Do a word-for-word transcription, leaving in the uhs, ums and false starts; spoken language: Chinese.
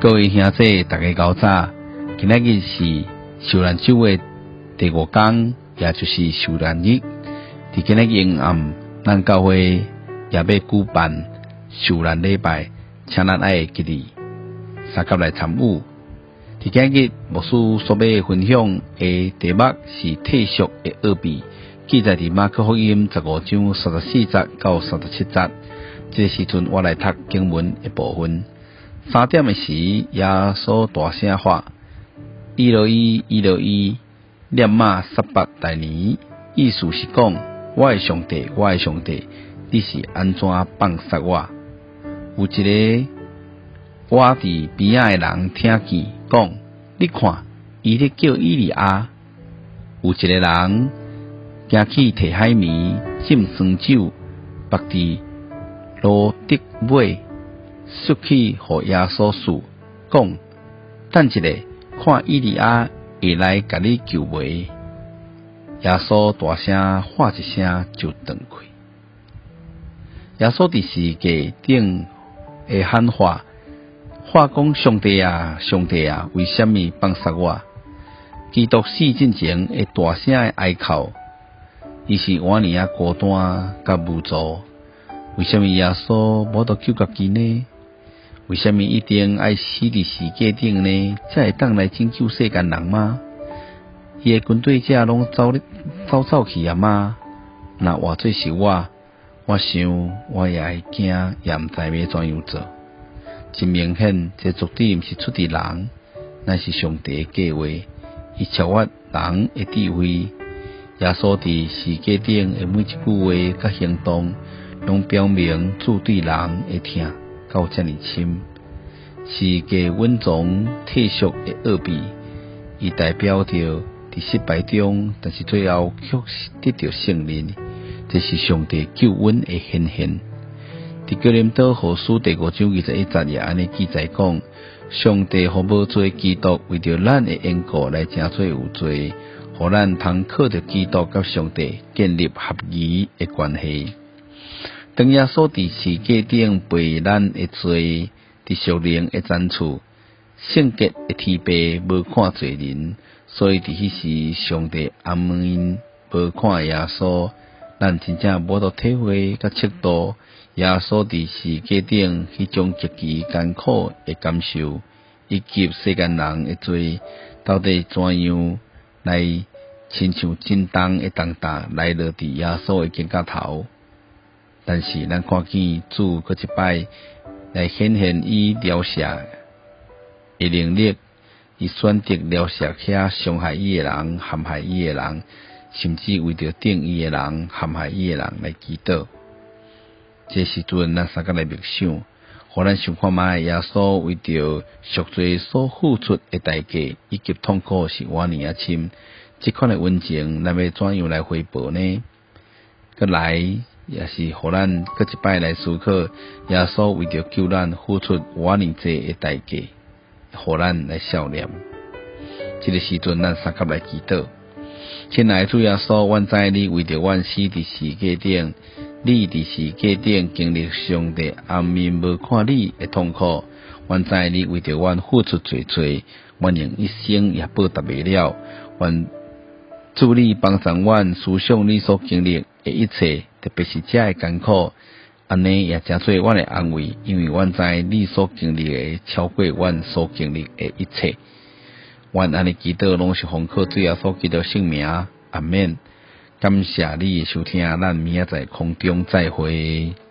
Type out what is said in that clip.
各位兄弟，大家早早，今仔日是受难周的第五天，也就是受难日。伫今仔日暗，咱教会也要举办受难礼拜，请咱爱记哩三甲来参与。伫今仔日牧师所要分享的题目是退缩的奥秘，记载伫马可福音十五章三十四节到三十七节。这个时阵我来读经文的部分。三点的时，耶稣大声喊：伊罗伊，伊罗伊，念马撒巴大尼。意思是讲，我的上帝，我的上帝，你是安怎放杀我？有一个我伫边仔的人听见讲，你看，伊咧叫伊利亚。有一个人行去摕海绵浸酸酒，放伫路竹尾。xuất去互耶稣事，讲：等一下，看伊利亚会来甲你救袂？耶稣大声喊一声就转去。耶稣伫世界顶会喊话，话讲：上帝啊，上帝啊，为什么放杀我？基督死之前会大声的哀哭，伊是我尼啊孤单甲无助。为什么耶稣无得救家己呢？为什么一定爱死伫世界顶呢？才会当来拯救世间人吗？伊的军队者拢走走走去啊吗？那换做是我，我想我也会惊，也毋知要怎样做。真明显，这绝对毋是出伫人，乃是上帝的计划。伊超越人的智慧。耶稣伫世界顶的每一句话甲行动，拢表明主对人会听。到这么深，世界稳重退缩的奥秘，伊代表着伫失败中，但是最后却是得到胜利。这是上帝救恩的显现。伫哥林多后书第五章二十一节也安尼记载讲，上帝互无罪基督为着咱的缘故来成做有罪，互咱通靠着基督甲上帝建立合宜的关系。当耶稣伫世界顶背咱的罪，伫属灵的难处，圣洁的天父无看罪人，所以伫迄时上帝暗面无看耶稣，咱真正无得体会甲测度耶稣伫世界顶迄种极其艰苦的感受，以及世间人的罪到底怎样来亲像震动的重担来落伫耶稣的肩胛头。但是咱看见主搁一摆来显现伊疗赦的能力，伊选择疗赦遐伤害伊的人、陷害伊的人，甚至为着定伊的人、陷害伊的人来祈祷。这时阵咱三个来默想，互咱想看卖耶稣为着赎罪所付出的代价以及痛苦是偌尼啊深，这款的温情，咱要怎样来回报呢？搁来。也是互咱搁一摆来思考，耶稣为着救咱付出偌尼济的代价，互咱来效念。这个时阵，咱三甲来祈祷。亲爱的主耶稣，阮知你为着阮死伫世界顶，你伫世界顶经历上帝暗面无看你的痛苦，阮知你为着阮付出最最，阮用一生也报答袂了。阮祝你帮助阮思想你所经历的一切。特别是这的艰苦，安尼也真做阮的安慰，因为阮知你所经历的超过阮所经历的一切。阮安尼祈祷拢是奉靠主耶稣基督圣名，阿免。感谢你的收听，咱明仔载空中再会。